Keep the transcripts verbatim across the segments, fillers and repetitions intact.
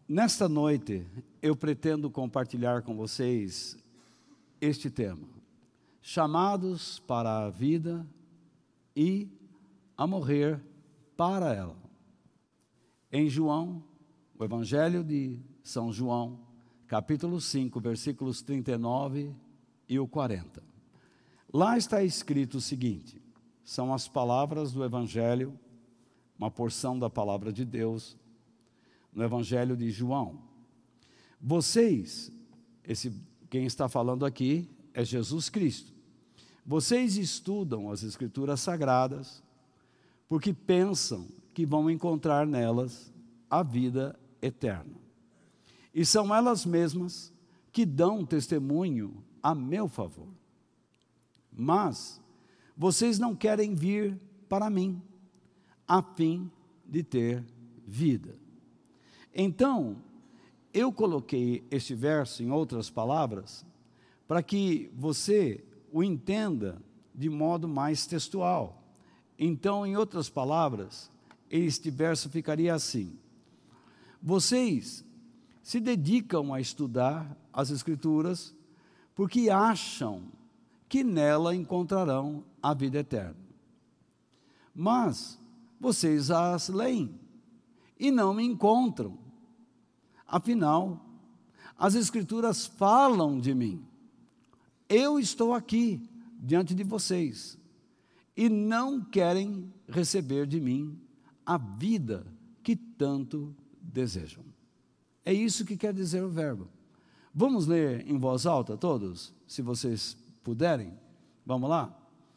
Nesta noite, eu pretendo compartilhar com vocês este tema: chamados para a vida e a morrer para ela. Em João, o Evangelho de São João, capítulo cinco, versículos trinta e nove e o quarenta. Lá está escrito o seguinte, são as palavras do Evangelho, uma porção da palavra de Deus, no Evangelho de João. Vocês, esse, quem está falando aqui é Jesus Cristo. Vocês estudam as Escrituras Sagradas porque pensam que vão encontrar nelas a vida eterna. E são elas mesmas que dão testemunho a meu favor. Mas vocês não querem vir para mim, a fim de ter vida. Então, eu coloquei este verso, em outras palavras, para que você o entenda de modo mais textual. Então, em outras palavras, este verso ficaria assim: vocês se dedicam a estudar as Escrituras porque acham que nela encontrarão a vida eterna. Mas vocês as leem e não me encontram. Afinal, as Escrituras falam de mim. Eu estou aqui diante de vocês e não querem receber de mim a vida que tanto desejam. É isso que quer dizer o verbo. Vamos ler em voz alta todos, se vocês puderem. Vamos lá?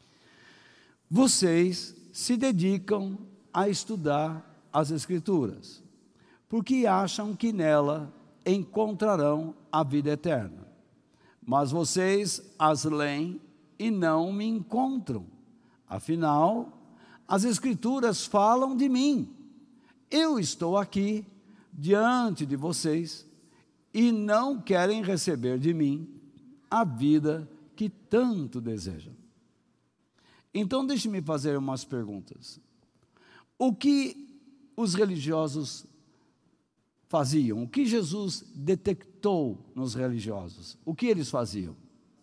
Vocês se dedicam a estudar as Escrituras, porque acham que nela encontrarão a vida eterna. Mas vocês as leem e não me encontram. Afinal, as Escrituras falam de mim. Eu estou aqui diante de vocês e não querem receber de mim a vida que tanto desejam. Então, deixe-me fazer umas perguntas. O que os religiosos faziam? O que Jesus detectou nos religiosos? O que eles faziam?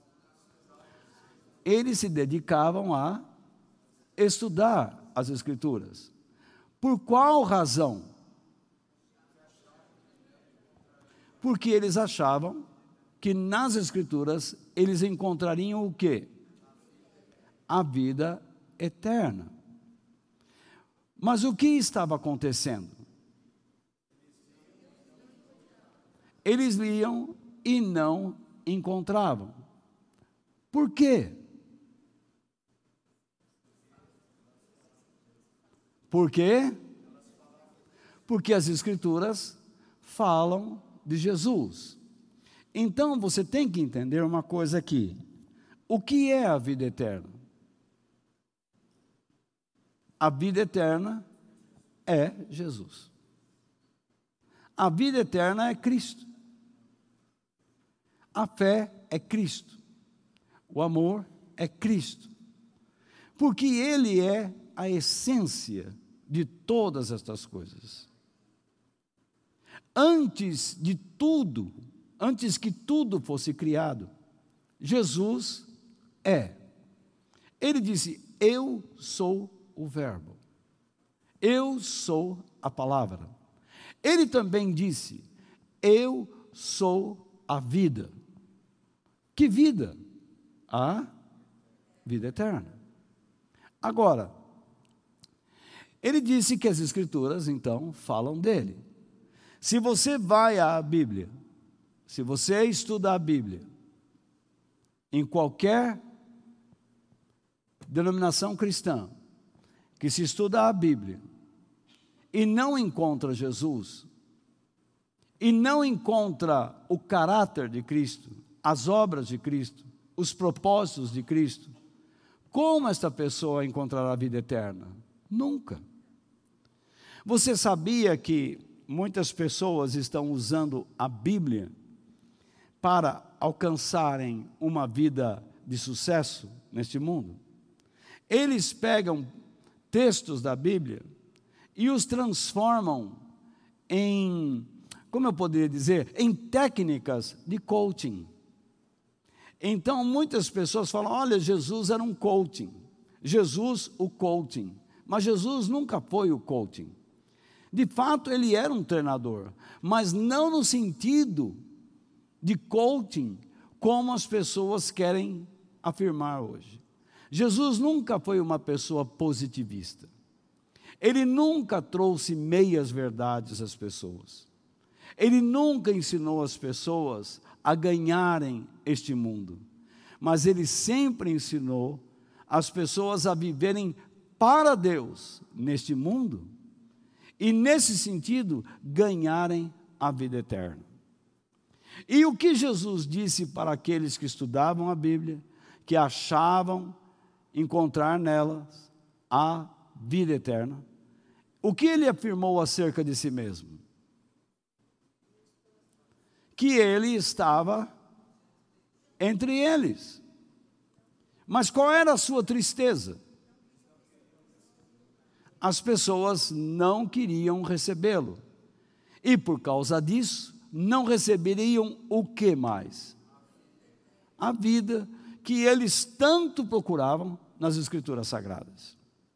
Eles se dedicavam a estudar as Escrituras. Por qual razão? Porque eles achavam que nas Escrituras eles encontrariam o quê? A vida eterna. Mas o que estava acontecendo? Eles liam e não encontravam. Por quê? Por quê? Porque as Escrituras falam de Jesus. Então você tem que entender uma coisa aqui. O que é a vida eterna? A vida eterna é Jesus. A vida eterna é Cristo. A fé é Cristo. O amor é Cristo. Porque Ele é a essência de todas estas coisas. Antes de tudo, antes que tudo fosse criado, Jesus é. Ele disse: eu sou o verbo. Eu sou a palavra. Ele também disse: eu sou a vida. Que vida? A vida eterna. Agora, ele disse que as Escrituras, então, falam dele. Se você vai à Bíblia, se você estuda a Bíblia, em qualquer denominação cristã, que se estuda a Bíblia, e não encontra Jesus, e não encontra o caráter de Cristo, as obras de Cristo, os propósitos de Cristo, como esta pessoa encontrará a vida eterna? Nunca. Você sabia que muitas pessoas estão usando a Bíblia para alcançarem uma vida de sucesso neste mundo? Eles pegam textos da Bíblia e os transformam em como eu poderia dizer, em técnicas de coaching. Então, muitas pessoas falam, olha, Jesus era um coaching. Jesus, o coaching. Mas Jesus nunca foi o coaching. De fato, ele era um treinador, mas não no sentido de coaching, como as pessoas querem afirmar hoje. Jesus nunca foi uma pessoa positivista. Ele nunca trouxe meias verdades às pessoas. Ele nunca ensinou as pessoas a ganharem este mundo. Mas ele sempre ensinou as pessoas a viverem para Deus neste mundo e, nesse sentido, ganharem a vida eterna. E o que Jesus disse para aqueles que estudavam a Bíblia, que achavam encontrar nelas a vida eterna, o que ele afirmou acerca de si mesmo? Que ele estava entre eles. Mas qual era a sua tristeza? As pessoas não queriam recebê-lo. E por causa disso, não receberiam o que mais? A vida que eles tanto procuravam nas Escrituras Sagradas.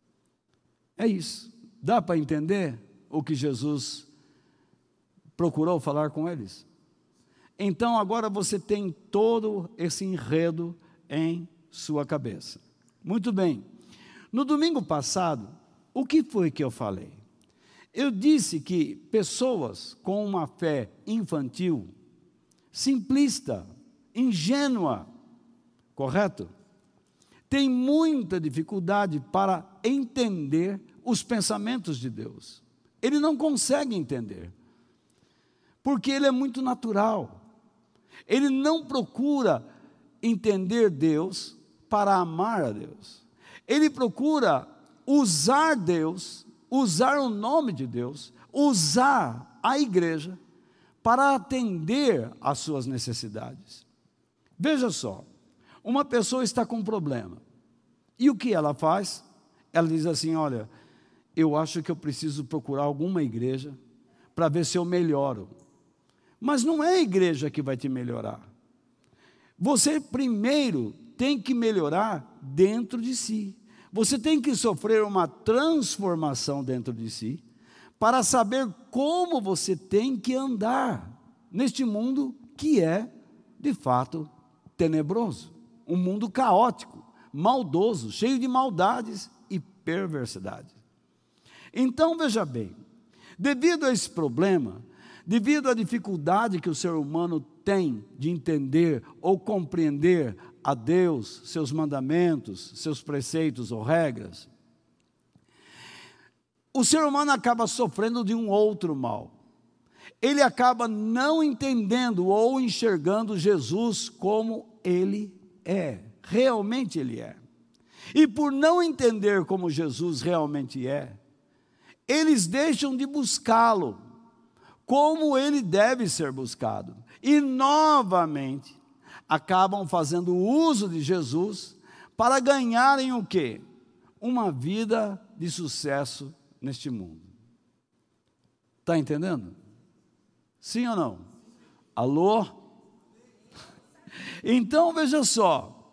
É isso. Dá para entender o que Jesus procurou falar com eles? Então agora você tem todo esse enredo em sua cabeça. Muito bem. No domingo passado, o que foi que eu falei? Eu disse que pessoas com uma fé infantil, simplista, ingênua, correto? Tem muita dificuldade para entender os pensamentos de Deus. Ele não consegue entender, porque ele é muito natural. Ele não procura entender Deus para amar a Deus. Ele procura usar Deus, usar o nome de Deus, usar a igreja para atender às suas necessidades. Veja só, uma pessoa está com um problema. E o que ela faz? Ela diz assim, olha, eu acho que eu preciso procurar alguma igreja para ver se eu melhoro. Mas não é a igreja que vai te melhorar. Você primeiro tem que melhorar dentro de si. Você tem que sofrer uma transformação dentro de si para saber como você tem que andar neste mundo que é, de fato, tenebroso. Um mundo caótico, maldoso, cheio de maldades e perversidades. Então, veja bem, devido a esse problema, devido à dificuldade que o ser humano tem de entender ou compreender a Deus, seus mandamentos, seus preceitos ou regras, o ser humano acaba sofrendo de um outro mal. Ele acaba não entendendo ou enxergando Jesus como ele é, realmente ele é. E por não entender como Jesus realmente é, eles deixam de buscá-lo como ele deve ser buscado. E novamente acabam fazendo uso de Jesus para ganharem o quê? Uma vida de sucesso neste mundo. Está entendendo? Sim ou não? Alô? Então veja só,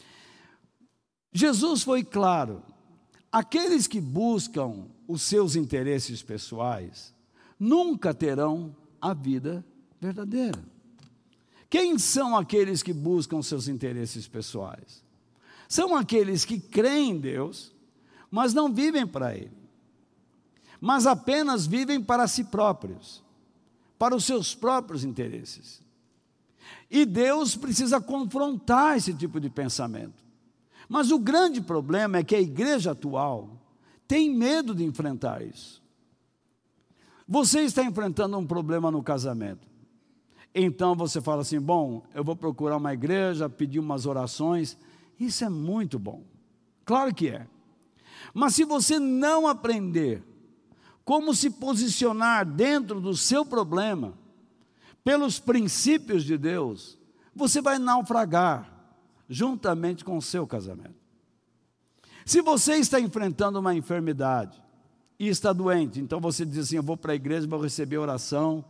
Jesus foi claro, aqueles que buscam os seus interesses pessoais nunca terão a vida verdadeira. Quem são aqueles que buscam seus interesses pessoais? São aqueles que creem em Deus, mas não vivem para Ele, mas apenas vivem para si próprios, para os seus próprios interesses. E Deus precisa confrontar esse tipo de pensamento. Mas o grande problema é que a igreja atual tem medo de enfrentar isso. Você está enfrentando um problema no casamento. Então você fala assim, bom, eu vou procurar uma igreja, pedir umas orações. Isso é muito bom. Claro que é. Mas se você não aprender como se posicionar dentro do seu problema, pelos princípios de Deus, você vai naufragar juntamente com o seu casamento. Se você está enfrentando uma enfermidade e está doente, então você diz assim, eu vou para a igreja, vou receber oração,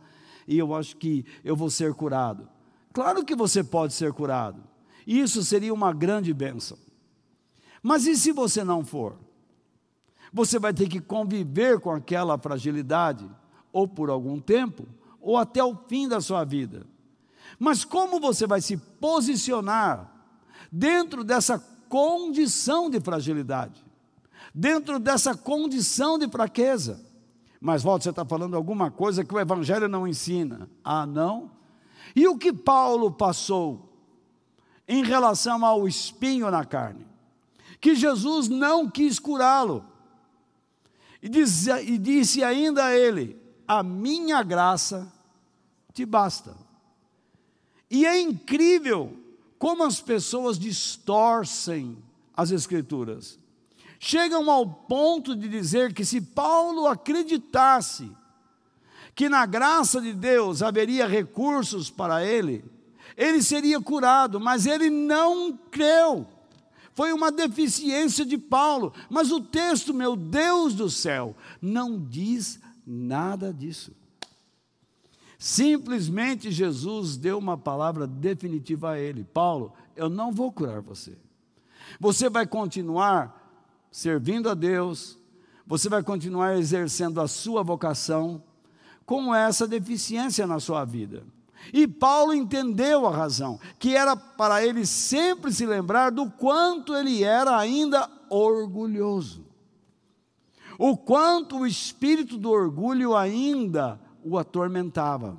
e eu acho que eu vou ser curado. Claro que você pode ser curado. Isso seria uma grande bênção. Mas e se você não for? Você vai ter que conviver com aquela fragilidade, ou por algum tempo, ou até o fim da sua vida. Mas como você vai se posicionar dentro dessa condição de fragilidade? Dentro dessa condição de fraqueza? Mas, Walter, você está falando alguma coisa que o Evangelho não ensina. Ah, não? E o que Paulo passou em relação ao espinho na carne? Que Jesus não quis curá-lo. E, diz, e disse ainda a ele: a minha graça te basta. E é incrível como as pessoas distorcem as Escrituras. Chegam ao ponto de dizer que se Paulo acreditasse que na graça de Deus haveria recursos para ele, ele seria curado, mas ele não creu. Foi uma deficiência de Paulo, mas o texto, meu Deus do céu, não diz nada disso. Simplesmente Jesus deu uma palavra definitiva a ele: Paulo, eu não vou curar você. Você vai continuar servindo a Deus, você vai continuar exercendo a sua vocação com essa deficiência na sua vida. E Paulo entendeu a razão, que era para ele sempre se lembrar do quanto ele era ainda orgulhoso, o quanto o espírito do orgulho ainda o atormentava.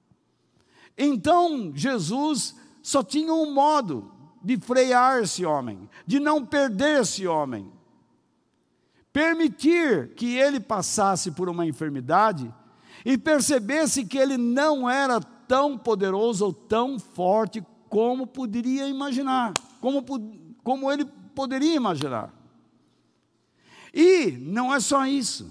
Então Jesus só tinha um modo de frear esse homem, de não perder esse homem: permitir que ele passasse por uma enfermidade e percebesse que ele não era tão poderoso ou tão forte como poderia imaginar, como, como ele poderia imaginar. E não é só isso.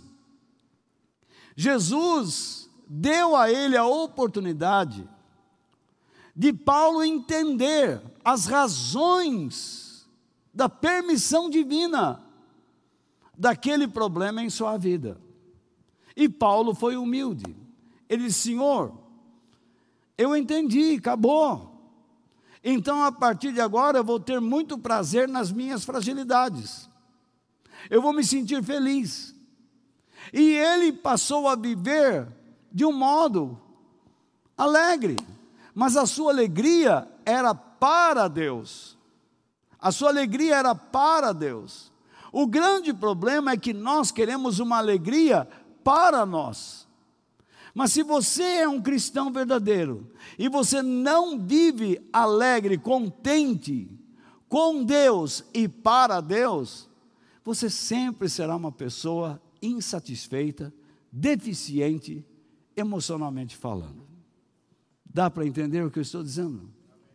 Jesus deu a ele a oportunidade de Paulo entender as razões da permissão divina daquele problema em sua vida. E Paulo foi humilde. Ele disse: Senhor, eu entendi, acabou. Então, a partir de agora, eu vou ter muito prazer nas minhas fragilidades. Eu vou me sentir feliz. E ele passou a viver de um modo alegre. Mas a sua alegria era para Deus. A sua alegria era para Deus. O grande problema é que nós queremos uma alegria para nós. Mas se você é um cristão verdadeiro e você não vive alegre, contente com Deus e para Deus, você sempre será uma pessoa insatisfeita, deficiente, emocionalmente falando. Dá para entender o que eu estou dizendo?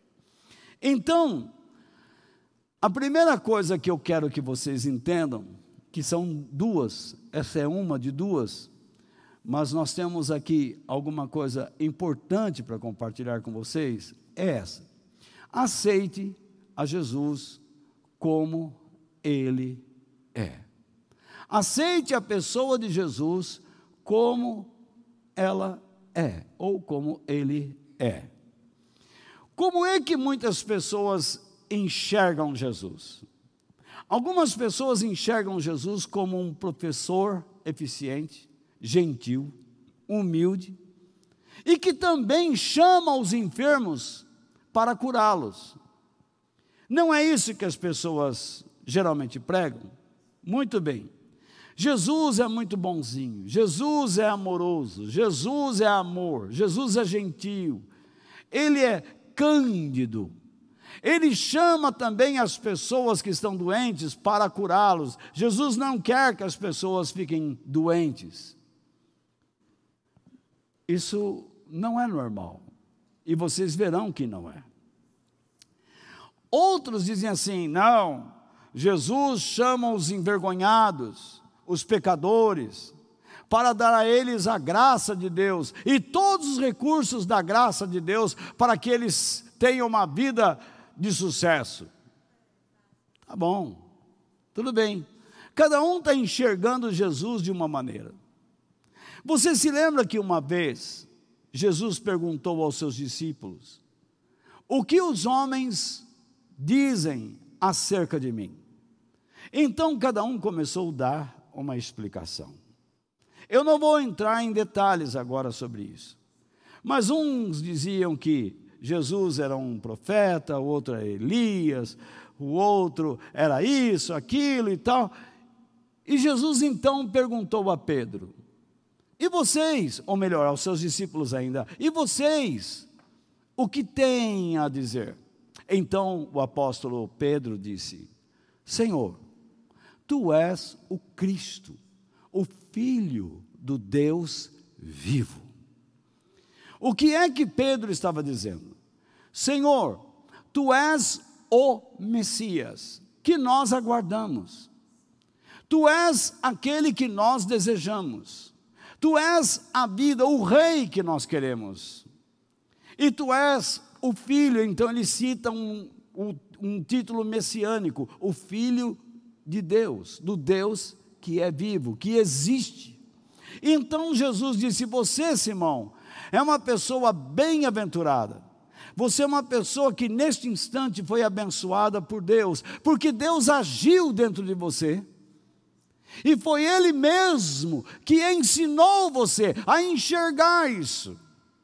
Então, a primeira coisa que eu quero que vocês entendam, que são duas, essa é uma de duas, mas nós temos aqui alguma coisa importante para compartilhar com vocês, é essa: aceite a Jesus como Ele é. Aceite a pessoa de Jesus como ela é, ou como Ele é. Como é que muitas pessoas enxergam Jesus? Algumas pessoas enxergam Jesus como um professor eficiente, gentil, humilde, e que também chama os enfermos para curá-los. Não é isso que as pessoas geralmente pregam? Muito bem. Jesus é muito bonzinho, Jesus é amoroso, Jesus é amor, Jesus é gentil, Ele é cândido. Ele chama também as pessoas que estão doentes para curá-los. Jesus não quer que as pessoas fiquem doentes. Isso não é normal. E vocês verão que não é. Outros dizem assim: não, Jesus chama os envergonhados, os pecadores, para dar a eles a graça de Deus e todos os recursos da graça de Deus para que eles tenham uma vida de sucesso. Tá bom, tudo bem. Cada um está enxergando Jesus de uma maneira. Você se lembra que uma vez Jesus perguntou aos seus discípulos: o que os homens dizem acerca de mim? Então cada um começou a dar uma explicação. Eu não vou entrar em detalhes agora sobre isso, mas uns diziam que Jesus era um profeta, o outro era Elias, o outro era isso, aquilo e tal. E Jesus então perguntou a Pedro: e vocês, ou melhor, aos seus discípulos ainda, e vocês, o que têm a dizer? Então o apóstolo Pedro disse: Senhor, tu és o Cristo, o Filho do Deus vivo. O que é que Pedro estava dizendo? Senhor, tu és o Messias que nós aguardamos. Tu és aquele que nós desejamos. Tu és a vida, o rei que nós queremos. E tu és o Filho. Então ele cita um, um, um título messiânico: o Filho de Deus, do Deus que é vivo, que existe. Então Jesus disse: você, Simão, é uma pessoa bem-aventurada. Você é uma pessoa que neste instante foi abençoada por Deus, porque Deus agiu dentro de você. E foi Ele mesmo que ensinou você a enxergar isso.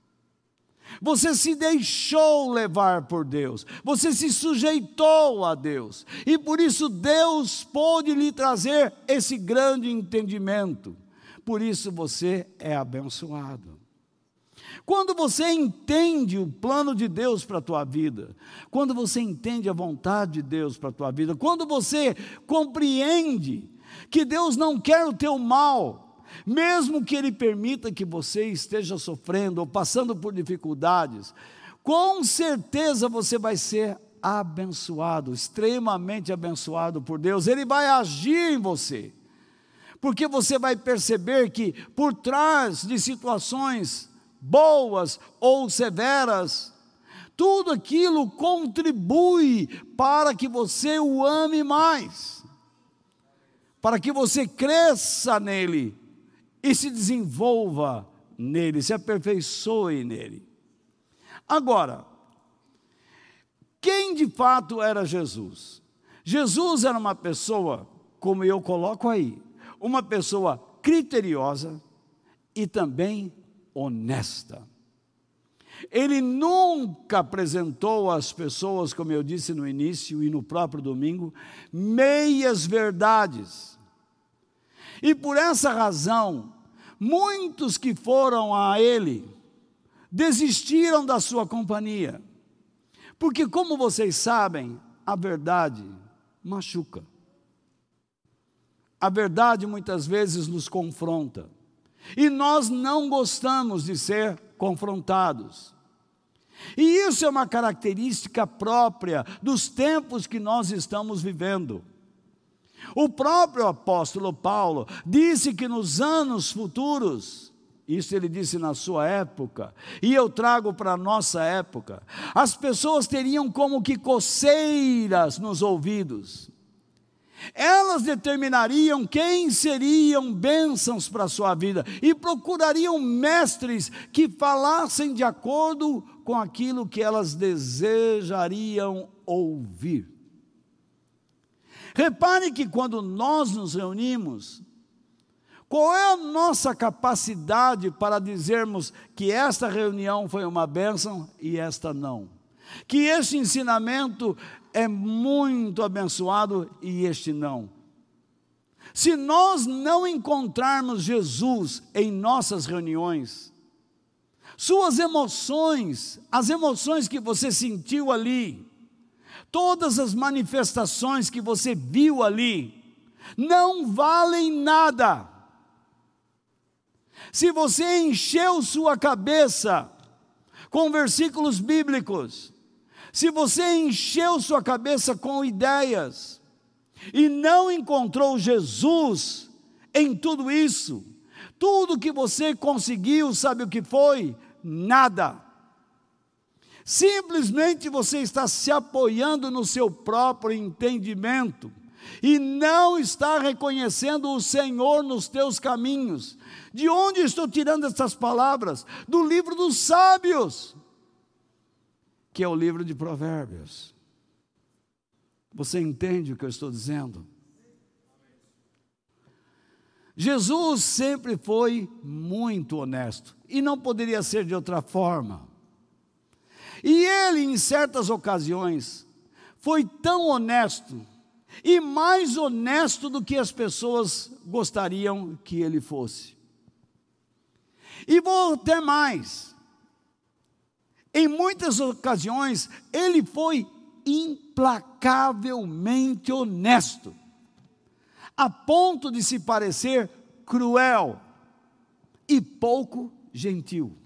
Você se deixou levar por Deus, você se sujeitou a Deus, e por isso Deus pôde lhe trazer esse grande entendimento. Por isso você é abençoado. Quando você entende o plano de Deus para a tua vida, quando você entende a vontade de Deus para a tua vida, quando você compreende que Deus não quer o teu mal, mesmo que Ele permita que você esteja sofrendo ou passando por dificuldades, com certeza você vai ser abençoado, extremamente abençoado por Deus. Ele vai agir em você, porque você vai perceber que por trás de situações boas ou severas, tudo aquilo contribui para que você o ame mais, para que você cresça nele e se desenvolva nele, se aperfeiçoe nele. Agora, quem de fato era Jesus? Jesus era uma pessoa, como eu coloco aí, uma pessoa criteriosa e também honesta. Ele nunca apresentou às pessoas, como eu disse no início e no próprio domingo, meias verdades. E por essa razão, muitos que foram a ele desistiram da sua companhia. Porque, como vocês sabem, a verdade machuca. A verdade muitas vezes nos confronta. E nós não gostamos de ser confrontados. E isso é uma característica própria dos tempos que nós estamos vivendo. O próprio apóstolo Paulo disse que nos anos futuros, isso ele disse na sua época, e eu trago para a nossa época, as pessoas teriam como que coceiras nos ouvidos. Elas determinariam quem seriam bênçãos para a sua vida e procurariam mestres que falassem de acordo com aquilo que elas desejariam ouvir. Repare que quando nós nos reunimos, qual é a nossa capacidade para dizermos que esta reunião foi uma bênção e esta não? Que este ensinamento é muito abençoado e este não. Se nós não encontrarmos Jesus em nossas reuniões, suas emoções, as emoções que você sentiu ali, todas as manifestações que você viu ali, não valem nada. Se você encheu sua cabeça com versículos bíblicos, se você encheu sua cabeça com ideias e não encontrou Jesus em tudo isso, tudo que você conseguiu, sabe o que foi? Nada. Simplesmente você está se apoiando no seu próprio entendimento e não está reconhecendo o Senhor nos teus caminhos. De onde estou tirando essas palavras? Do livro dos sábios, que é o livro de Provérbios. Você entende o que eu estou dizendo? Jesus sempre foi muito honesto, e não poderia ser de outra forma. E ele, em certas ocasiões, foi tão honesto, e mais honesto do que as pessoas gostariam que ele fosse. E vou até mais. Em muitas ocasiões, ele foi implacavelmente honesto, a ponto de se parecer cruel e pouco gentil.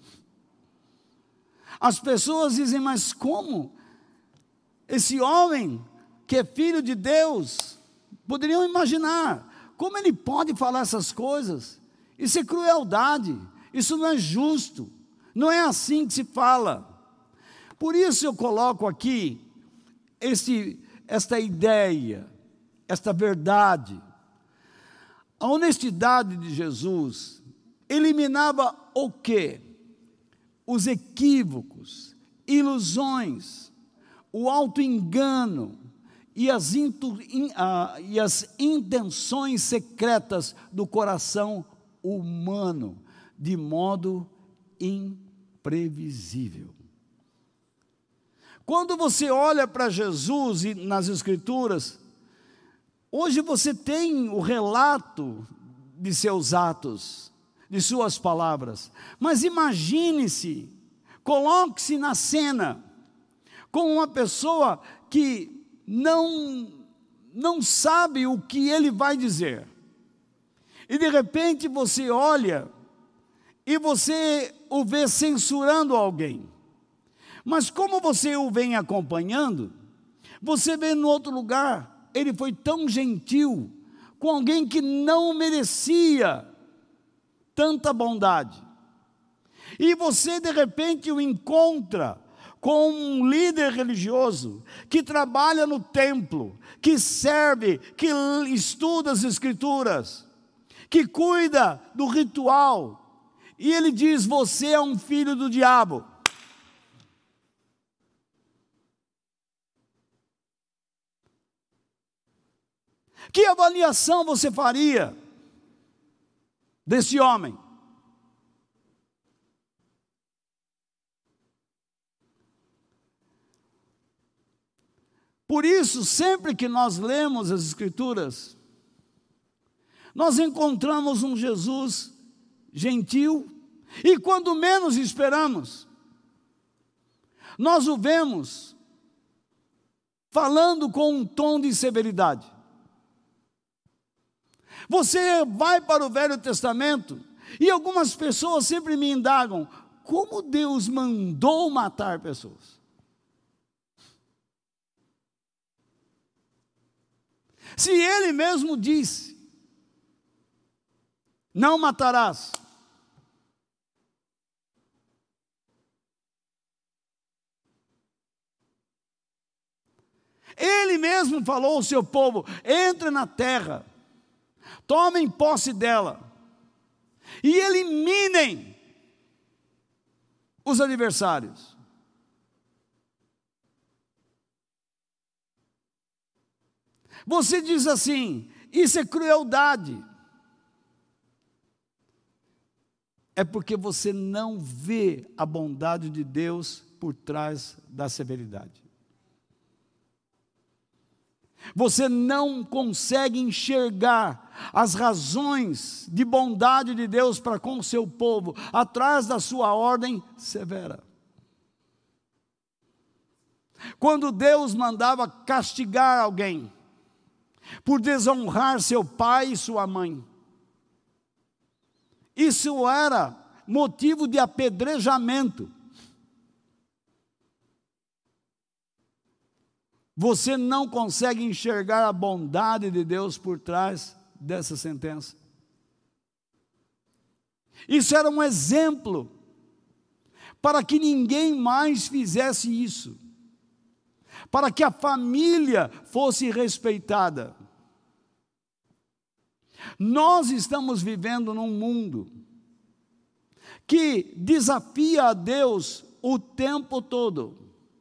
As pessoas dizem, mas como? Esse homem, que é filho de Deus, poderiam imaginar, como ele pode falar essas coisas? Isso é crueldade, isso não é justo, não é assim que se fala. Por isso eu coloco aqui esse, esta ideia, esta verdade. A honestidade de Jesus eliminava o quê? Os equívocos, ilusões, o auto-engano e as, intu, in, uh, e as intenções secretas do coração humano, de modo imprevisível. Quando você olha para Jesus e nas Escrituras, hoje você tem o relato de seus atos, de suas palavras, mas imagine-se, coloque-se na cena, com uma pessoa que não, não sabe o que ele vai dizer, e de repente você olha, e você o vê censurando alguém, mas como você o vem acompanhando, você vê no outro lugar, ele foi tão gentil com alguém que não merecia tanta bondade. E você de repente o encontra com um líder religioso que trabalha no templo, que serve, que estuda as Escrituras, que cuida do ritual. E ele diz, você é um filho do diabo. Que avaliação você faria desse homem? Por isso, sempre que nós lemos as Escrituras, nós encontramos um Jesus gentil, e quando menos esperamos, nós o vemos falando com um tom de severidade. Você vai para o Velho Testamento, e algumas pessoas sempre me indagam, como Deus mandou matar pessoas? Se Ele mesmo disse, não matarás. Ele mesmo falou ao seu povo, entre na terra, tomem posse dela, e eliminem os adversários. Você diz assim, isso é crueldade. É porque você não vê a bondade de Deus por trás da severidade. Você não consegue enxergar as razões de bondade de Deus para com o seu povo, atrás da sua ordem severa. Quando Deus mandava castigar alguém, por desonrar seu pai e sua mãe, isso era motivo de apedrejamento. Você não consegue enxergar a bondade de Deus por trás dessa sentença. Isso era um exemplo para que ninguém mais fizesse isso, para que a família fosse respeitada. Nós estamos vivendo num mundo que desafia a Deus o tempo todo.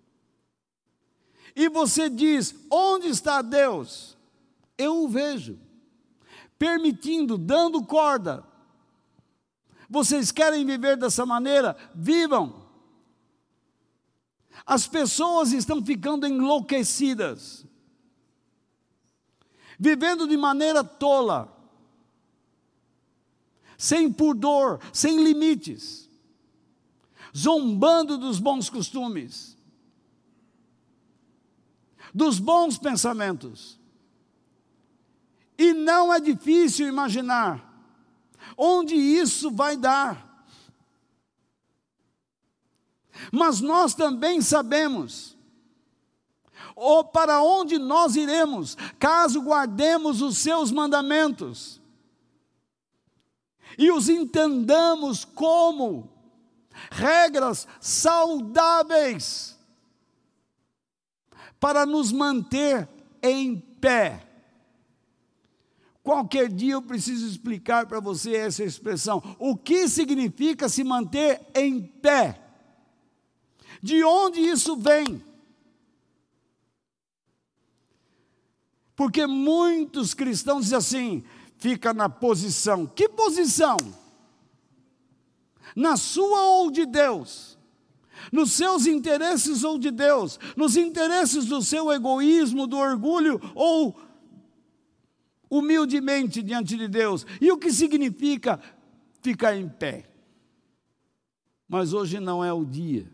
E você diz: onde está Deus? Eu o vejo, permitindo, dando corda. Vocês querem viver dessa maneira? Vivam. As pessoas estão ficando enlouquecidas, vivendo de maneira tola, sem pudor, sem limites, zombando dos bons costumes, dos bons pensamentos. E não é difícil imaginar onde isso vai dar. Mas nós também sabemos ou para onde nós iremos, caso guardemos os seus mandamentos e os entendamos como regras saudáveis para nos manter em pé. Qualquer dia eu preciso explicar para você essa expressão. O que significa se manter em pé? De onde isso vem? Porque muitos cristãos dizem assim: fica na posição. Que posição? Na sua ou de Deus? Nos seus interesses ou de Deus? Nos interesses do seu egoísmo, do orgulho ou humildemente diante de Deus? E o que significa ficar em pé? Mas hoje não é o dia.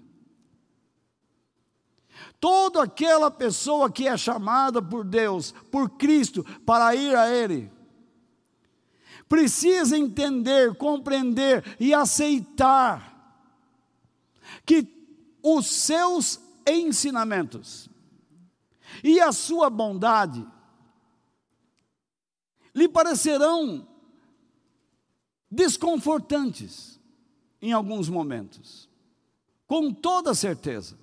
Toda aquela pessoa que é chamada por Deus, por Cristo, para ir a Ele, precisa entender, compreender e aceitar que os seus ensinamentos e a sua bondade lhe parecerão desconfortantes em alguns momentos, com toda certeza.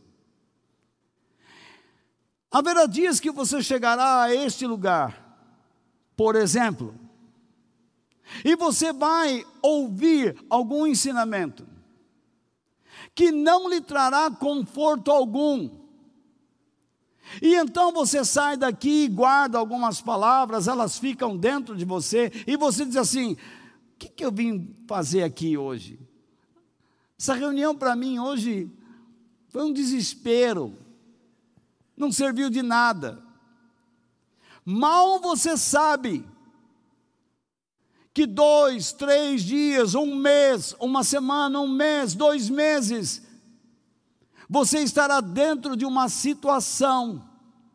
Haverá dias que você chegará a este lugar, por exemplo, e você vai ouvir algum ensinamento que não lhe trará conforto algum. E então você sai daqui e guarda algumas palavras, elas ficam dentro de você, e você diz assim: o que, que eu vim fazer aqui hoje? Essa reunião para mim hoje foi um desespero. Não serviu de nada. Mal você sabe que dois, três dias, um mês, uma semana, um mês, dois meses, você estará dentro de uma situação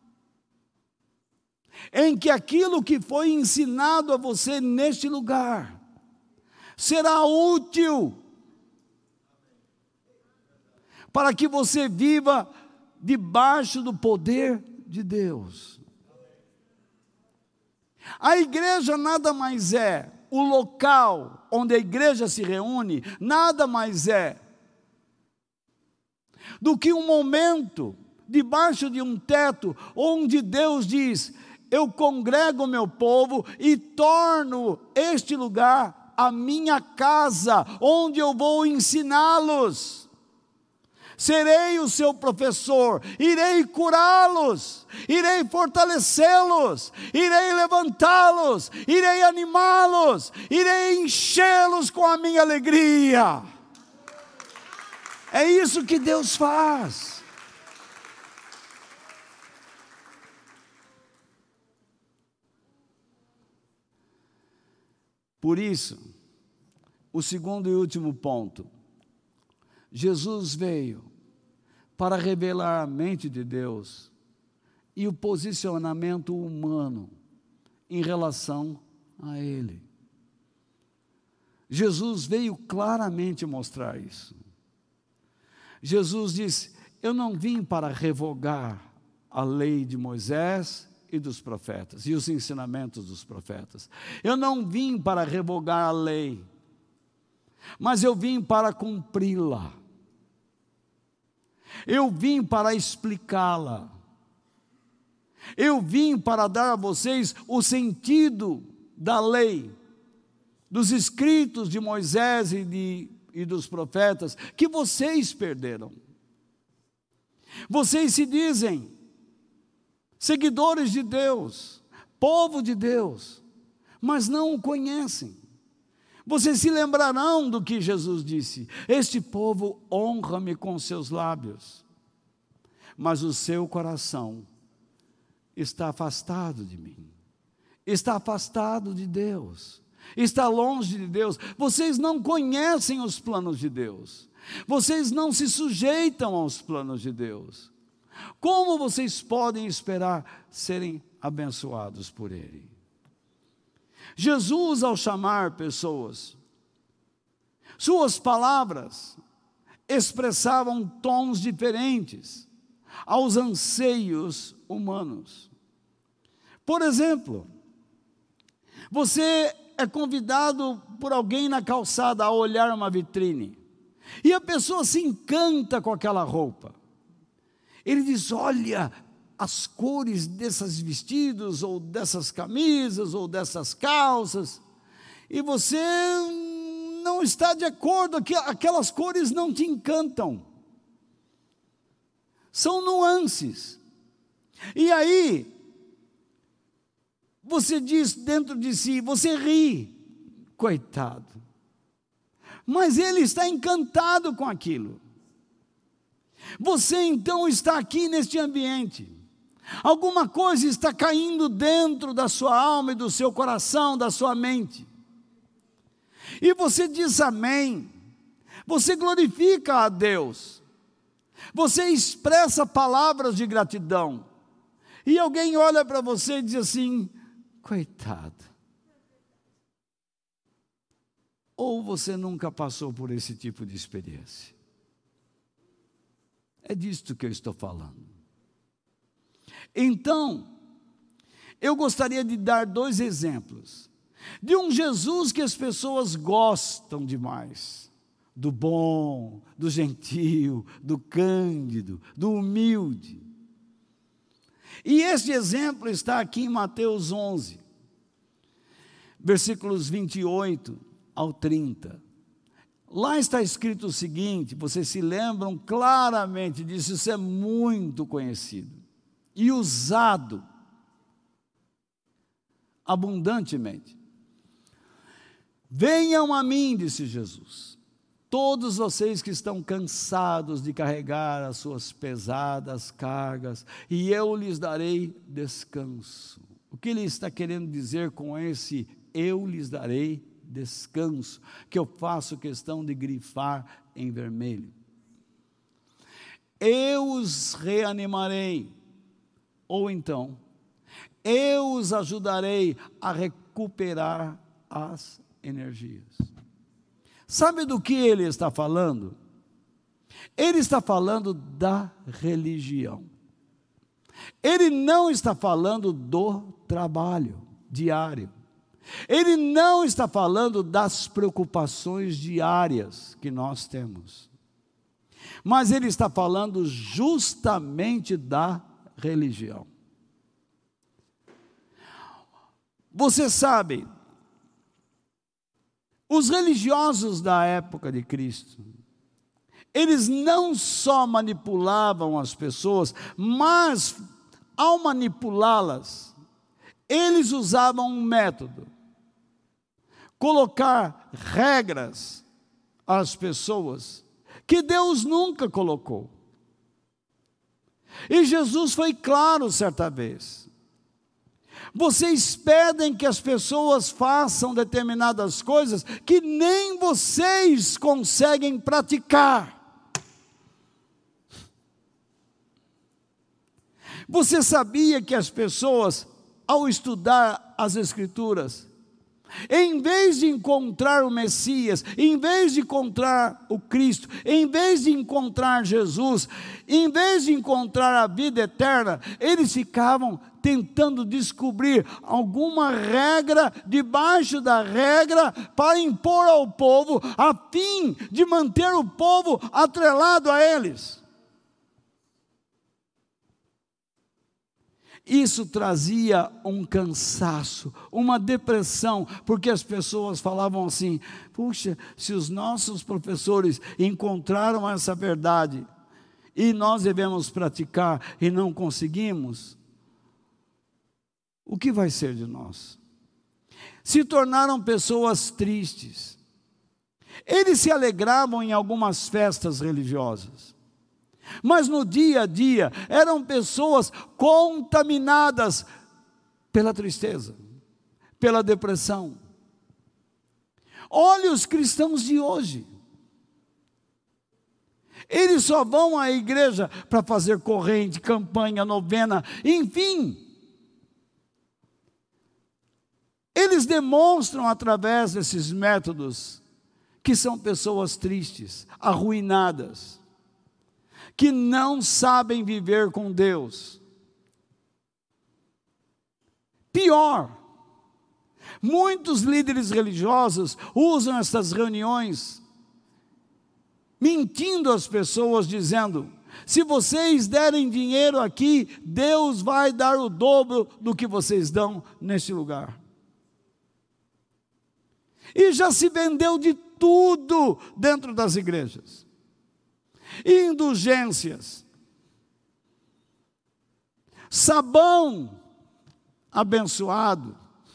em que aquilo que foi ensinado a você neste lugar será útil para que você viva debaixo do poder de Deus. A igreja nada mais é, o local onde a igreja se reúne, nada mais é do que um momento debaixo de um teto, onde Deus diz: eu congrego o meu povo e torno este lugar a minha casa, onde eu vou ensiná-los. Serei o seu professor, irei curá-los, irei fortalecê-los, irei levantá-los, irei animá-los, irei enchê-los com a minha alegria. É isso que Deus faz. Por isso, o segundo e último ponto, Jesus veio para revelar a mente de Deus e o posicionamento humano em relação a Ele. Jesus veio claramente mostrar isso. Jesus disse: eu não vim para revogar a lei de Moisés e dos profetas, e os ensinamentos dos profetas. Eu não vim para revogar a lei, mas eu vim para cumpri-la. Eu vim para explicá-la. Eu vim para dar a vocês o sentido da lei, dos escritos de Moisés e, de, e dos profetas, que vocês perderam. Vocês se dizem seguidores de Deus, povo de Deus, mas não o conhecem. Vocês se lembrarão do que Jesus disse: este povo honra-me com seus lábios, mas o seu coração está afastado de mim, está afastado de Deus, está longe de Deus. Vocês não conhecem os planos de Deus, vocês não se sujeitam aos planos de Deus. Como vocês podem esperar serem abençoados por Ele? Jesus, ao chamar pessoas, suas palavras expressavam tons diferentes aos anseios humanos. Por exemplo, você é convidado por alguém na calçada a olhar uma vitrine, e a pessoa se encanta com aquela roupa. Ele diz: olha as cores desses vestidos, ou dessas camisas, ou dessas calças, e você não está de acordo, aquelas cores não te encantam. São nuances. E aí, você diz dentro de si, você ri, coitado, mas ele está encantado com aquilo. Você então está aqui neste ambiente, alguma coisa está caindo dentro da sua alma e do seu coração, da sua mente, e você diz amém, você glorifica a Deus, você expressa palavras de gratidão, e alguém olha para você e diz assim: coitado. Ou você nunca passou por esse tipo de experiência? É disto que eu estou falando. Então, eu gostaria de dar dois exemplos de um Jesus que as pessoas gostam demais, do bom, do gentil, do cândido, do humilde. E este exemplo está aqui em Mateus onze, versículos vinte e oito ao trinta. Lá está escrito o seguinte, vocês se lembram claramente disso, isso é muito conhecido e usado abundantemente. Venham a mim, disse Jesus, todos vocês que estão cansados de carregar as suas pesadas cargas, e eu lhes darei descanso. O que ele está querendo dizer com esse eu lhes darei descanso, que eu faço questão de grifar em vermelho? Eu os reanimarei, ou então, eu os ajudarei a recuperar as energias. Sabe do que ele está falando? Ele está falando da religião. Ele não está falando do trabalho diário. Ele não está falando das preocupações diárias que nós temos. Mas ele está falando justamente da religião. Você sabe, os religiosos da época de Cristo, eles não só manipulavam as pessoas, mas ao manipulá-las, eles usavam um método: colocar regras às pessoas que Deus nunca colocou. E Jesus foi claro certa vez: vocês pedem que as pessoas façam determinadas coisas que nem vocês conseguem praticar. Você sabia que as pessoas, ao estudar as Escrituras, em vez de encontrar o Messias, em vez de encontrar o Cristo, em vez de encontrar Jesus, em vez de encontrar a vida eterna, eles ficavam tentando descobrir alguma regra debaixo da regra para impor ao povo, a fim de manter o povo atrelado a eles. Isso trazia um cansaço, uma depressão, porque as pessoas falavam assim: puxa, se os nossos professores encontraram essa verdade e nós devemos praticar e não conseguimos, o que vai ser de nós? Se tornaram pessoas tristes. Eles se alegravam em algumas festas religiosas, mas no dia a dia eram pessoas contaminadas pela tristeza, pela depressão. Olhe os cristãos de hoje. Eles só vão à igreja para fazer corrente, campanha, novena, enfim. Eles demonstram através desses métodos que são pessoas tristes, arruinadas, que não sabem viver com Deus. Pior, muitos líderes religiosos usam essas reuniões mentindo às pessoas, dizendo: se vocês derem dinheiro aqui, Deus vai dar o dobro do que vocês dão neste lugar. E já se vendeu de tudo dentro das igrejas. Indulgências, sabão abençoado.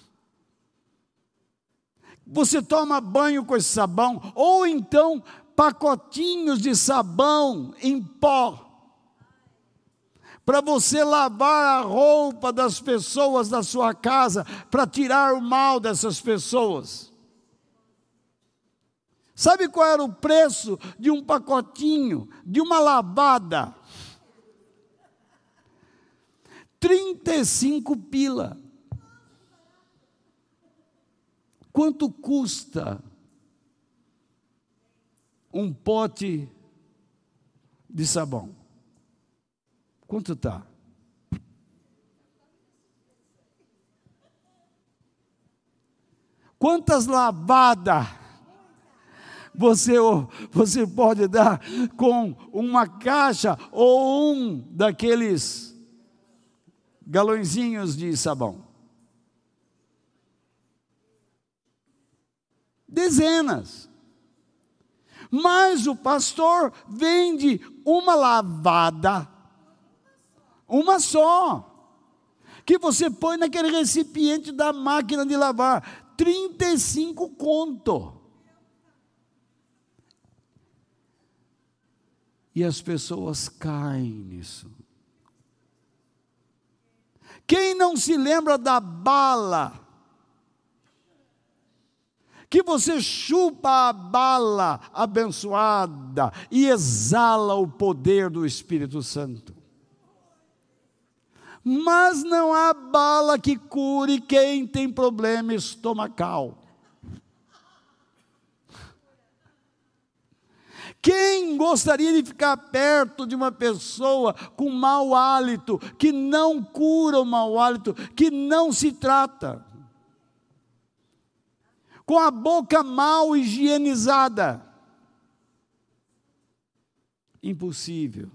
Você toma banho com esse sabão, ou então pacotinhos de sabão em pó, para você lavar a roupa das pessoas da sua casa, para tirar o mal dessas pessoas. Sabe qual era o preço de um pacotinho, de uma lavada? trinta e cinco pila. Quanto custa um pote de sabão? Quanto está? Quantas lavadas você, você pode dar com uma caixa ou um daqueles galõezinhos de sabão? Dezenas. Mas o pastor vende uma lavada, uma só, que você põe naquele recipiente da máquina de lavar, trinta e cinco conto. E as pessoas caem nisso. Quem não se lembra da bala? Que você chupa a bala abençoada e exala o poder do Espírito Santo. Mas não há bala que cure quem tem problema estomacal. Quem gostaria de ficar perto de uma pessoa com mau hálito, que não cura o mau hálito, que não se trata? Com a boca mal higienizada? Impossível.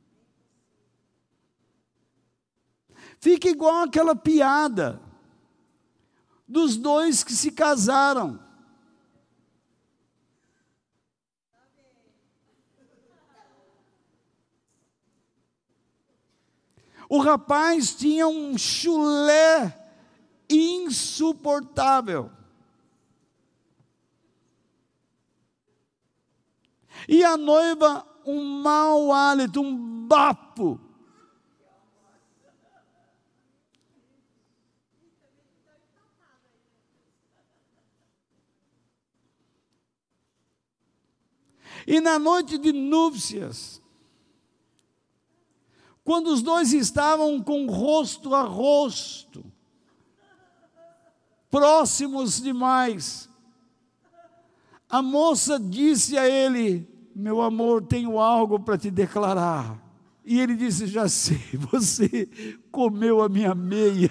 Fica igual aquela piada dos dois que se casaram. O rapaz tinha um chulé insuportável. E a noiva, um mau hálito, um bafo. E na noite de núpcias, quando os dois estavam com rosto a rosto, próximos demais, a moça disse a ele: meu amor, tenho algo para te declarar. E ele disse: já sei, você comeu a minha meia.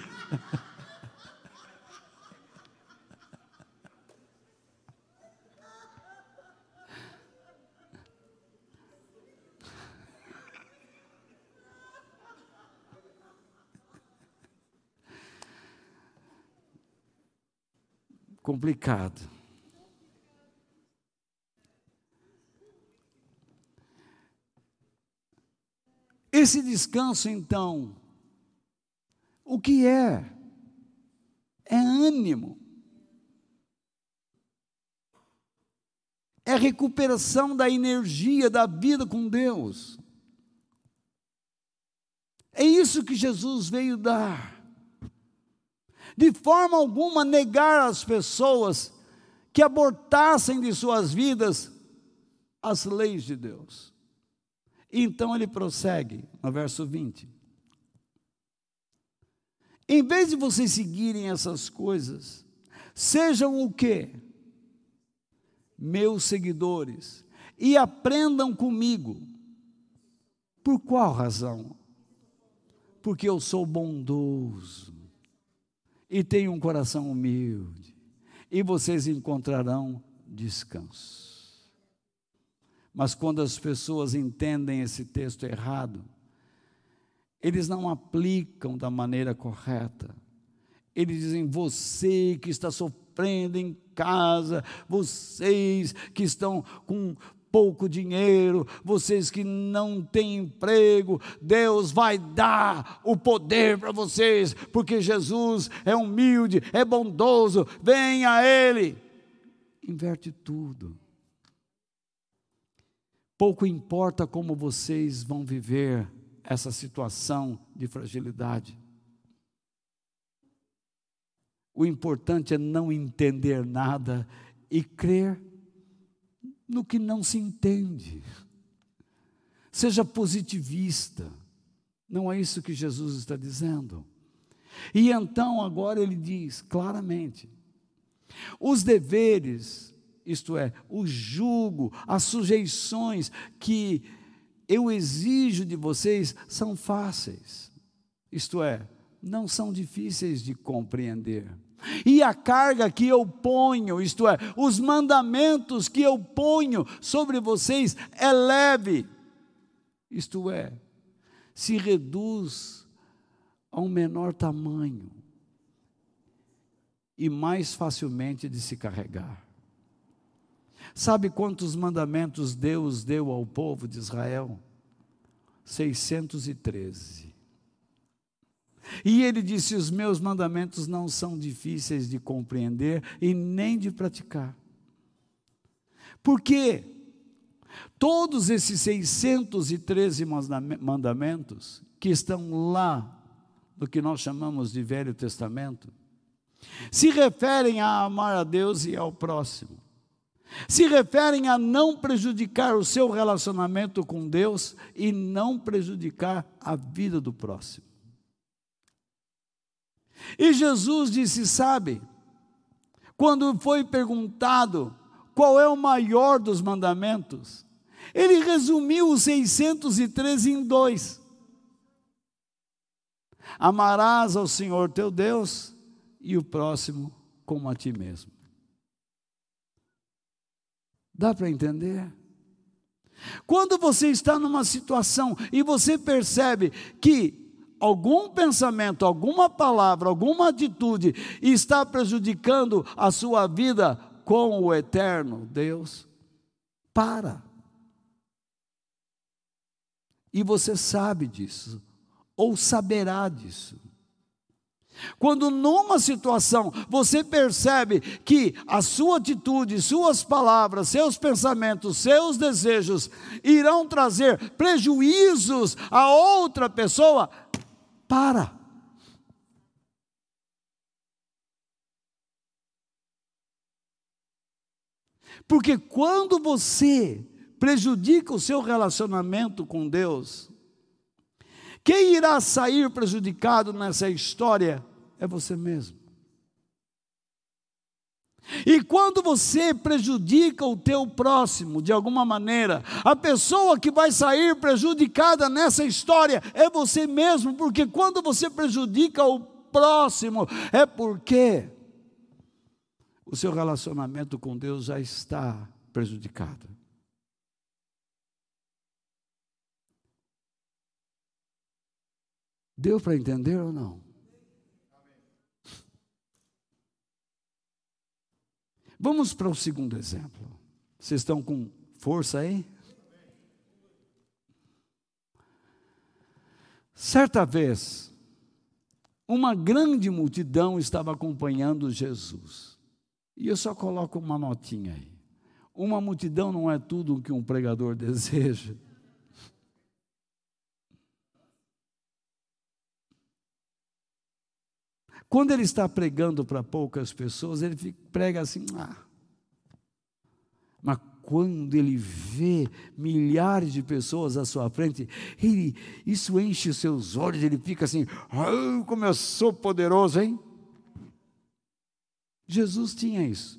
complicado. Esse descanso, então, o que é? É ânimo. É recuperação da energia, da vida com Deus. É isso que Jesus veio dar. De forma alguma negar às pessoas que abortassem de suas vidas as leis de Deus. Então ele prossegue no verso vinte. Em vez de vocês seguirem essas coisas, sejam o quê? Meus seguidores, e aprendam comigo. Por qual razão? Porque eu sou bondoso e tenho um coração humilde, e vocês encontrarão descanso. Mas quando as pessoas entendem esse texto errado, eles não aplicam da maneira correta. Eles dizem: você que está sofrendo em casa, vocês que estão com pouco dinheiro, vocês que não têm emprego, Deus vai dar o poder para vocês, porque Jesus é humilde, é bondoso, venha a Ele. Inverte tudo. Pouco importa como vocês vão viver essa situação de fragilidade. O importante é não entender nada e crer no que não se entende. Seja positivista. Não é isso que Jesus está dizendo. E então agora ele diz claramente: os deveres, isto é, o jugo, as sujeições que eu exijo de vocês são fáceis. Isto é, não são difíceis de compreender. E a carga que eu ponho, isto é, os mandamentos que eu ponho sobre vocês é leve. Isto é, se reduz a um menor tamanho e mais facilmente de se carregar. Sabe quantos mandamentos Deus deu ao povo de Israel? seiscentos e treze. E ele disse: os meus mandamentos não são difíceis de compreender e nem de praticar. Por quê? Todos esses seiscentos e treze mandamentos que estão lá no que nós chamamos de Velho Testamento, se referem a amar a Deus e ao próximo. Se referem a não prejudicar o seu relacionamento com Deus e não prejudicar a vida do próximo. E Jesus disse, sabe, quando foi perguntado qual é o maior dos mandamentos, ele resumiu os seiscentos e treze em dois. Amarás ao Senhor teu Deus e o próximo como a ti mesmo. Dá para entender? Quando você está numa situação e você percebe que algum pensamento, alguma palavra, alguma atitude está prejudicando a sua vida com o eterno Deus, para. E você sabe disso, ou saberá disso. Quando numa situação você percebe que a sua atitude, suas palavras, seus pensamentos, seus desejos irão trazer prejuízos a outra pessoa, para. Porque quando você prejudica o seu relacionamento com Deus, quem irá sair prejudicado nessa história é você mesmo. E quando você prejudica o teu próximo de alguma maneira, a pessoa que vai sair prejudicada nessa história é você mesmo, porque quando você prejudica o próximo, é porque o seu relacionamento com Deus já está prejudicado. Deu para entender ou não? Vamos para o segundo exemplo. Vocês estão com força aí? Certa vez, uma grande multidão estava acompanhando Jesus. E eu só coloco uma notinha aí. Uma multidão não é tudo o que um pregador deseja. Quando ele está pregando para poucas pessoas, ele fica, prega assim, ah. Mas quando ele vê milhares de pessoas à sua frente, ele, isso enche os seus olhos, ele fica assim, ah, como eu sou poderoso, hein? Jesus tinha isso.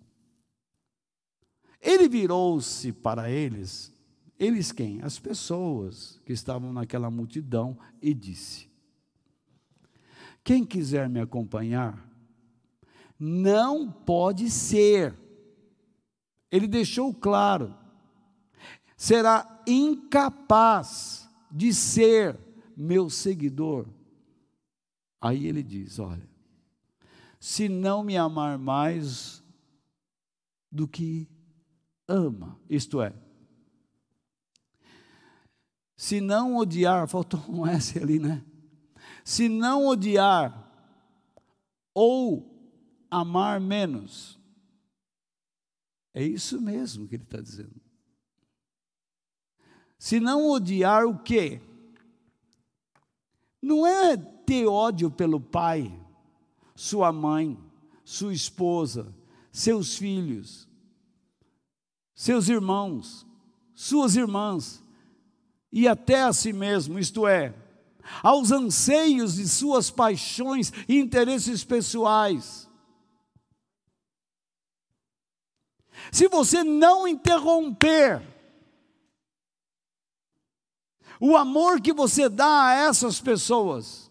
Ele virou-se para eles, eles quem? As pessoas que estavam naquela multidão, e disse: quem quiser me acompanhar, não pode ser. Ele deixou claro, será incapaz de ser meu seguidor. Aí ele diz, olha, se não me amar mais do que ama, isto é, se não odiar, faltou um S ali, né? Se não odiar ou amar menos, é isso mesmo que ele está dizendo. Se não odiar o quê? Não é ter ódio pelo pai, sua mãe, sua esposa, seus filhos, seus irmãos, suas irmãs, e até a si mesmo, isto é, aos anseios de suas paixões e interesses pessoais. Se você não interromper o amor que você dá a essas pessoas,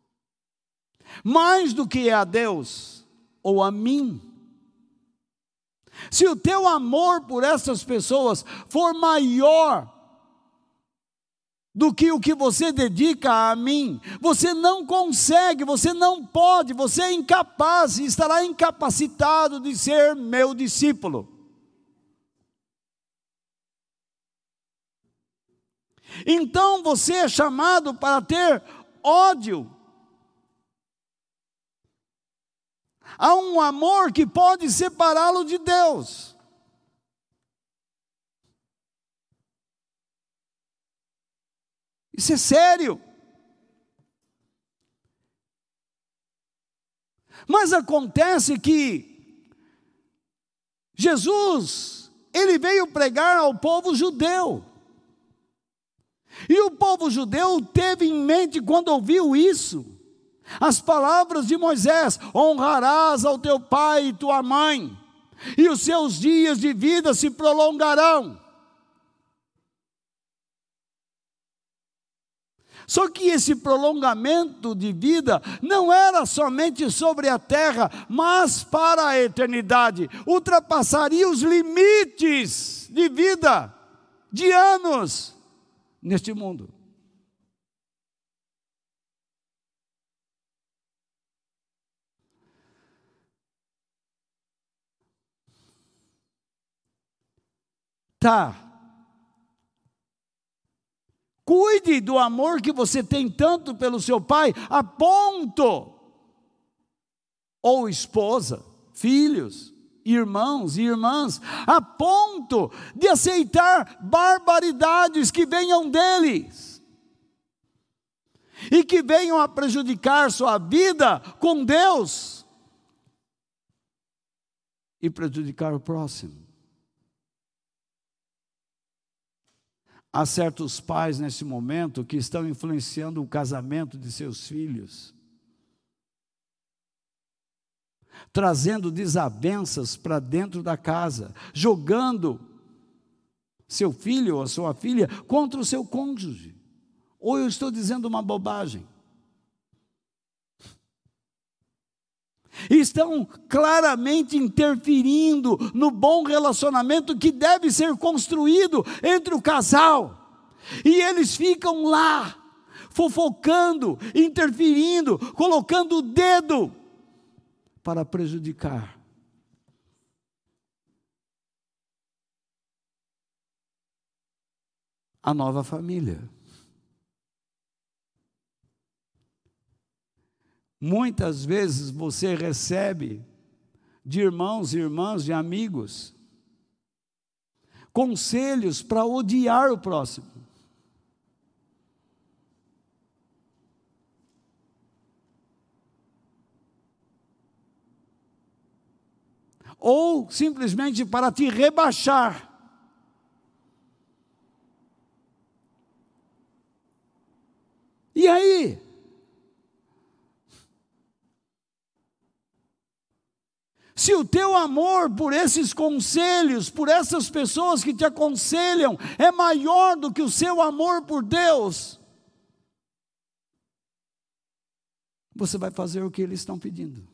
mais do que a Deus ou a mim, se o teu amor por essas pessoas for maior do que o que você dedica a mim, você não consegue, você não pode, você é incapaz, estará incapacitado de ser meu discípulo. Então você é chamado para ter ódio a um amor que pode separá-lo de Deus. Isso é sério. Mas acontece que Jesus, ele veio pregar ao povo judeu. E o povo judeu teve em mente, quando ouviu isso, as palavras de Moisés: honrarás ao teu pai e tua mãe, e os seus dias de vida se prolongarão. Só que esse prolongamento de vida não era somente sobre a terra, mas para a eternidade. Ultrapassaria os limites de vida, de anos, neste mundo. Tá. Cuide do amor que você tem tanto pelo seu pai, a ponto, ou esposa, filhos, irmãos e irmãs, a ponto de aceitar barbaridades que venham deles, e que venham a prejudicar sua vida com Deus, e prejudicar o próximo. Há certos pais nesse momento que estão influenciando o casamento de seus filhos, trazendo desavenças para dentro da casa, jogando seu filho ou a sua filha contra o seu cônjuge. Ou eu estou dizendo uma bobagem? Estão claramente interferindo no bom relacionamento que deve ser construído entre o casal. E eles ficam lá, fofocando, interferindo, colocando o dedo para prejudicar a nova família. Muitas vezes você recebe de irmãos e irmãs, de amigos, conselhos para odiar o próximo. Ou simplesmente para te rebaixar. E aí? Se o teu amor por esses conselhos, por essas pessoas que te aconselham, é maior do que o seu amor por Deus, você vai fazer o que eles estão pedindo.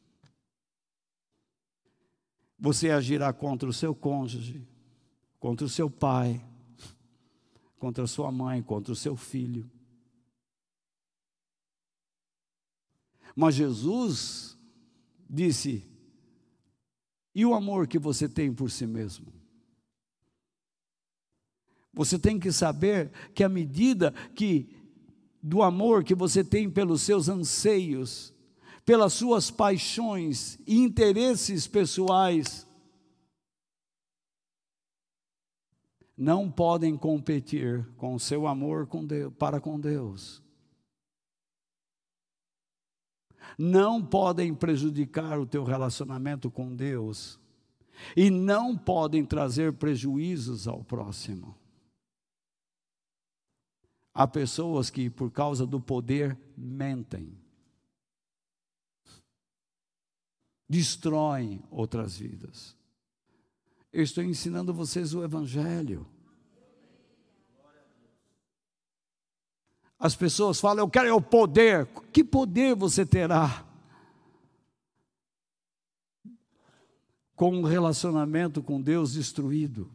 Você agirá contra o seu cônjuge, contra o seu pai, contra a sua mãe, contra o seu filho. Mas Jesus disse: e o amor que você tem por si mesmo? Você tem que saber que à medida que do amor que você tem pelos seus anseios, pelas suas paixões e interesses pessoais, não podem competir com o seu amor com Deus, para com Deus. Não podem prejudicar o teu relacionamento com Deus e não podem trazer prejuízos ao próximo. Há pessoas que, por causa do poder, mentem, destroem outras vidas. Eu estou ensinando vocês o Evangelho. As pessoas falam: eu quero é o poder. Que poder você terá com um relacionamento com Deus destruído,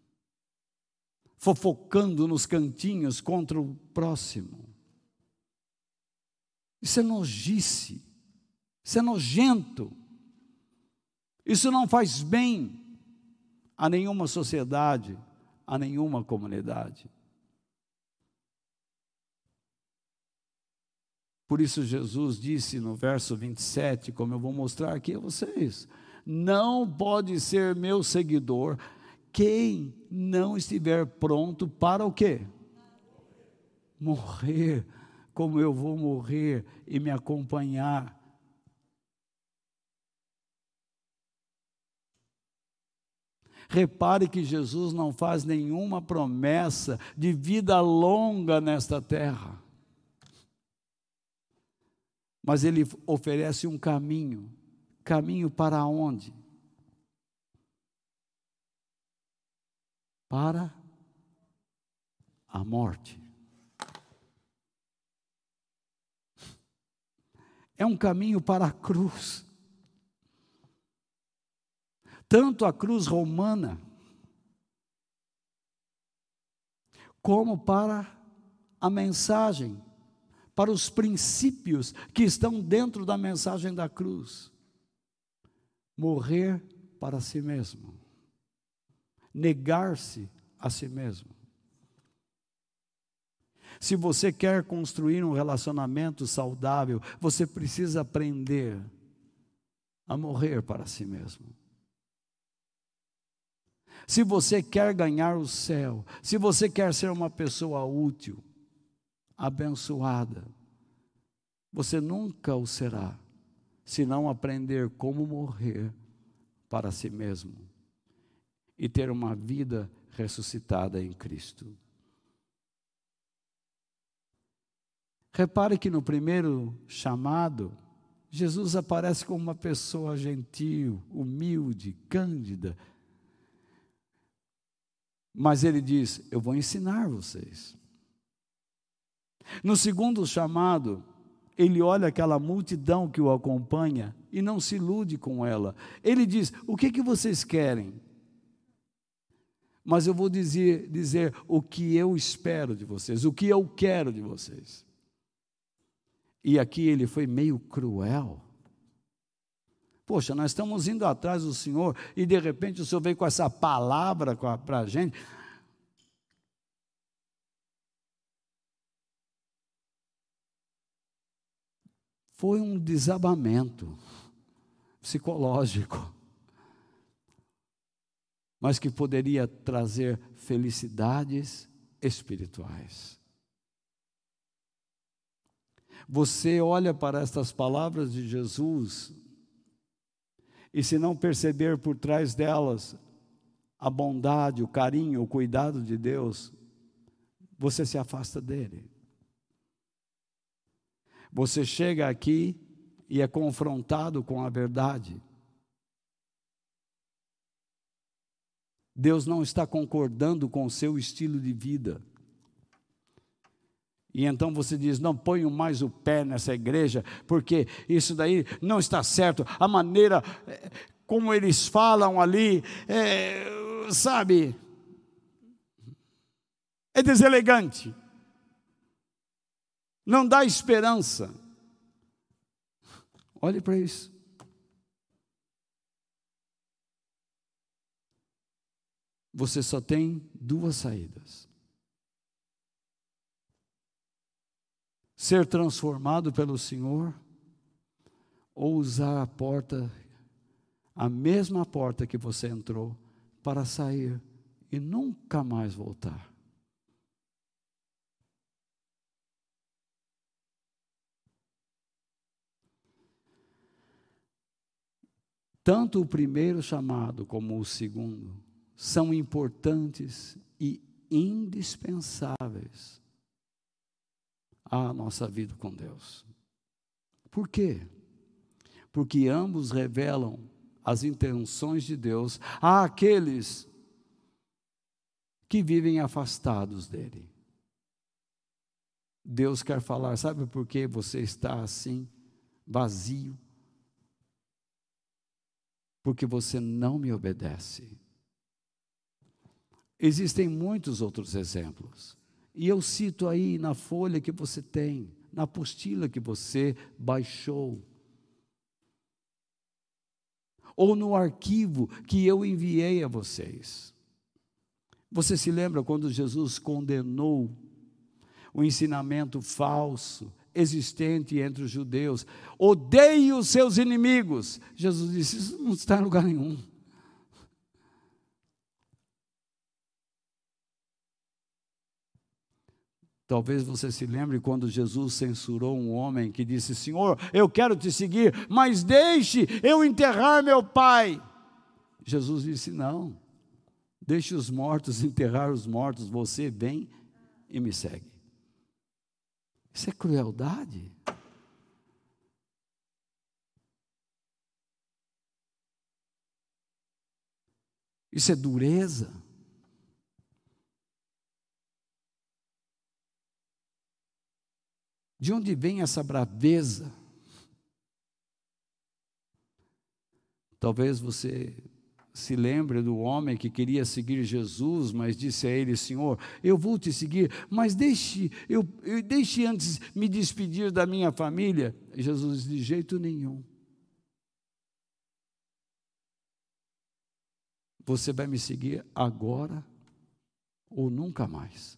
fofocando nos cantinhos contra o próximo? Isso é nojice, isso é nojento, isso não faz bem a nenhuma sociedade, a nenhuma comunidade. Por isso Jesus disse no verso vinte e sete, como eu vou mostrar aqui a vocês: não pode ser meu seguidor quem não estiver pronto para o quê? Morrer, como eu vou morrer e me acompanhar. Repare que Jesus não faz nenhuma promessa de vida longa nesta terra. Mas Ele oferece um caminho. Caminho para onde? Para a morte. É um caminho para a cruz. Tanto a cruz romana, como para a mensagem, para os princípios que estão dentro da mensagem da cruz. Morrer para si mesmo, negar-se a si mesmo. Se você quer construir um relacionamento saudável, você precisa aprender a morrer para si mesmo. Se você quer ganhar o céu, se você quer ser uma pessoa útil, abençoada, você nunca o será, se não aprender como morrer para si mesmo e ter uma vida ressuscitada em Cristo. Repare que no primeiro chamado, Jesus aparece como uma pessoa gentil, humilde, cândida. Mas Ele diz: eu vou ensinar vocês. No segundo chamado, Ele olha aquela multidão que o acompanha e não se ilude com ela. Ele diz: o que, que vocês querem? Mas eu vou dizer, dizer o que eu espero de vocês, o que eu quero de vocês. E aqui Ele foi meio cruel. Poxa, nós estamos indo atrás do Senhor e de repente o Senhor veio com essa palavra para a gente. foi um desabamento psicológico, mas que poderia trazer felicidades espirituais. Você olha para estas palavras de Jesus, e se não perceber por trás delas a bondade, o carinho, o cuidado de Deus, você se afasta dele. Você chega aqui e é confrontado com a verdade. Deus não está concordando com o seu estilo de vida. E então você diz, não ponho mais o pé nessa igreja, porque isso daí não está certo. A maneira como eles falam ali, é, sabe, é deselegante. Não dá esperança. Olhe para isso. Você só tem duas saídas: ser transformado pelo Senhor, ou usar a porta, a mesma porta que você entrou, para sair e nunca mais voltar. Tanto o primeiro chamado como o segundo são importantes e indispensáveis à nossa vida com Deus. Por quê? Porque ambos revelam as intenções de Deus àqueles que vivem afastados dele. Deus quer falar, sabe por que você está assim, vazio? Porque você não me obedece. Existem muitos outros exemplos. E eu cito aí na folha que você tem, na apostila que você baixou, ou no arquivo que eu enviei a vocês. Você se lembra quando Jesus condenou o ensinamento falso existente entre os judeus? Odeie os seus inimigos. Jesus disse, isso não está em lugar nenhum. Talvez você se lembre quando Jesus censurou um homem que disse, Senhor, eu quero te seguir, mas deixe eu enterrar meu pai. Jesus disse, não, deixe os mortos enterrar os mortos, você vem e me segue. Isso é crueldade. Isso é dureza. De onde vem essa braveza? Talvez você se lembre do homem que queria seguir Jesus, mas disse a ele, Senhor, eu vou te seguir, mas deixe, eu, eu deixe antes me despedir da minha família. E Jesus disse, de jeito nenhum. Você vai me seguir agora ou nunca mais.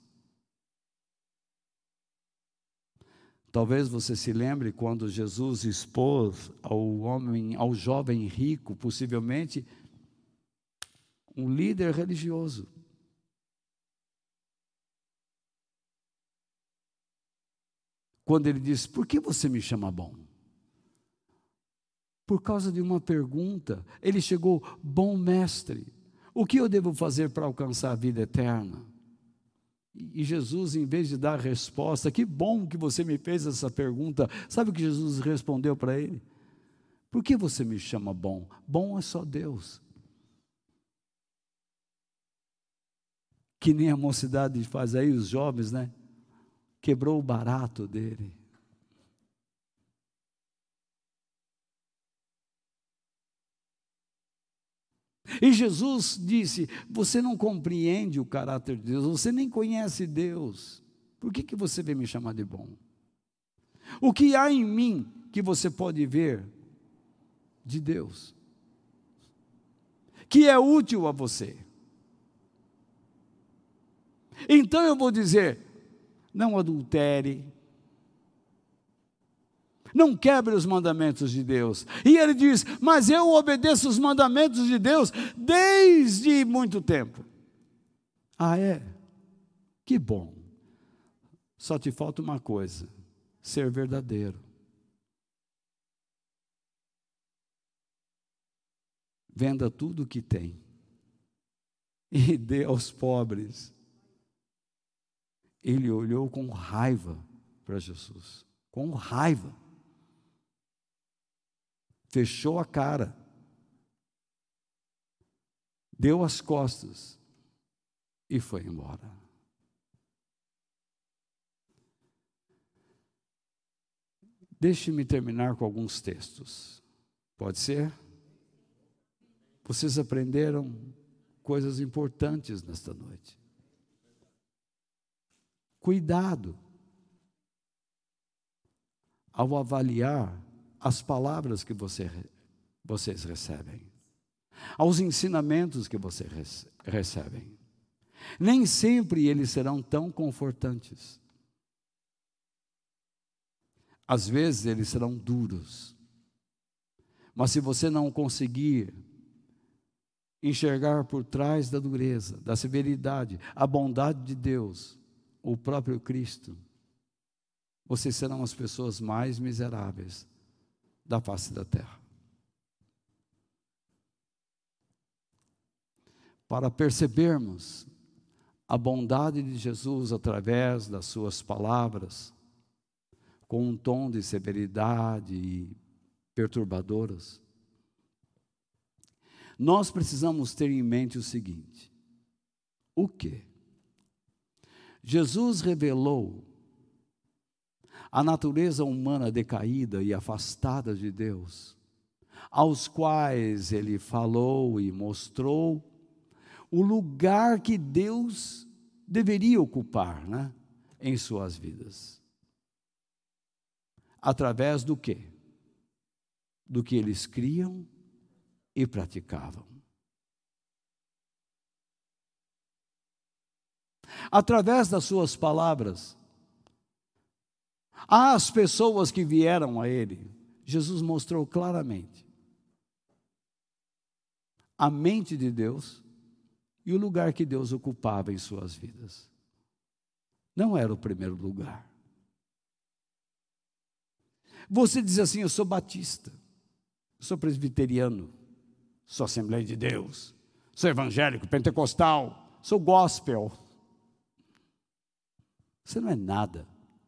Talvez você se lembre quando Jesus expôs ao homem, ao jovem rico, possivelmente um líder religioso. Quando ele disse, por que você me chama bom? Por causa de uma pergunta. Ele chegou, bom mestre, o que eu devo fazer para alcançar a vida eterna? E Jesus, em vez de dar resposta, que bom que você me fez essa pergunta, sabe o que Jesus respondeu para ele? Por que você me chama bom? Bom é só Deus. Que nem a mocidade faz aí, os jovens, né? Quebrou o barato dele. E Jesus disse, você não compreende o caráter de Deus, você nem conhece Deus, por que que você vem me chamar de bom? O que há em mim que você pode ver de Deus, que é útil a você? Então eu vou dizer, não adultere, Não quebre os mandamentos de Deus. E ele diz: mas eu obedeço os mandamentos de Deus desde muito tempo. Ah, é? Que bom. Só te falta uma coisa: ser verdadeiro. Venda tudo o que tem e dê aos pobres. Ele olhou com raiva para Jesus, com raiva. Fechou a cara, deu as costas e foi embora. Deixe-me terminar com alguns textos. Pode ser? Vocês aprenderam coisas importantes nesta noite. Cuidado ao avaliar as palavras que você, vocês recebem, aos ensinamentos que vocês recebem. Nem sempre eles serão tão confortantes. Às vezes eles serão duros. Mas se você não conseguir enxergar por trás da dureza, da severidade, a bondade de Deus, o próprio Cristo, vocês serão as pessoas mais miseráveis da face da terra. Para percebermos a bondade de Jesus através das suas palavras, com um tom de severidade e perturbadoras, nós precisamos ter em mente o seguinte: o quê? Jesus revelou a natureza humana decaída e afastada de Deus, aos quais ele falou e mostrou o lugar que Deus deveria ocupar, né, em suas vidas. Através do quê? Do que eles criam e praticavam. Através das suas palavras, às pessoas que vieram a ele, Jesus mostrou claramente a mente de Deus e o lugar que Deus ocupava em suas vidas. Não era o primeiro lugar. Você diz assim: eu sou batista, eu sou presbiteriano, sou Assembleia de Deus, sou evangélico, pentecostal, sou gospel. Você não é nada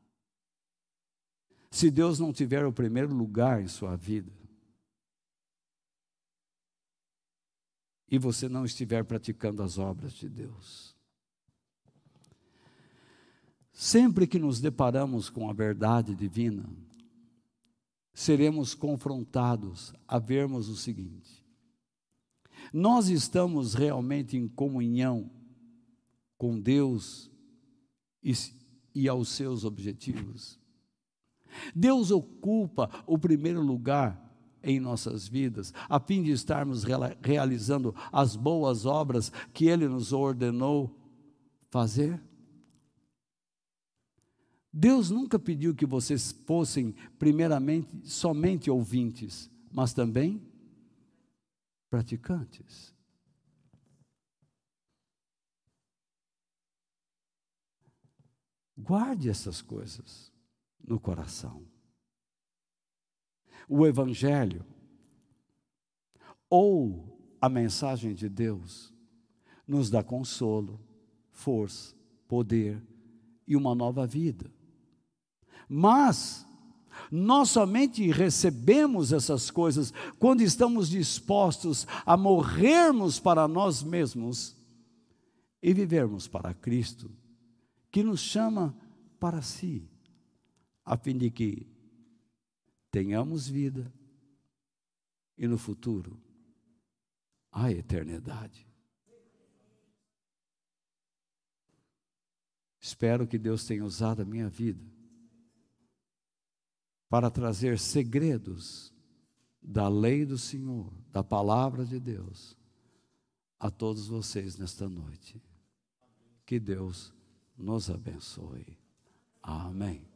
se Deus não tiver o primeiro lugar em sua vida e você não estiver praticando as obras de Deus. Sempre que nos deparamos com a verdade divina, seremos confrontados a vermos o seguinte: nós estamos realmente em comunhão com Deus e, e aos seus objetivos? Deus ocupa o primeiro lugar em nossas vidas, a fim de estarmos realizando as boas obras que Ele nos ordenou fazer? Deus nunca pediu que vocês fossem, primeiramente, somente ouvintes, mas também praticantes. Guarde essas coisas no coração. O Evangelho, ou a mensagem de Deus, nos dá consolo, força, poder e uma nova vida. Mas nós somente recebemos essas coisas quando estamos dispostos a morrermos para nós mesmos e vivermos para Cristo, que nos chama para si, a fim de que tenhamos vida e no futuro a eternidade. Espero que Deus tenha usado a minha vida para trazer segredos da lei do Senhor, da palavra de Deus, a todos vocês nesta noite. Que Deus nos abençoe. Amém.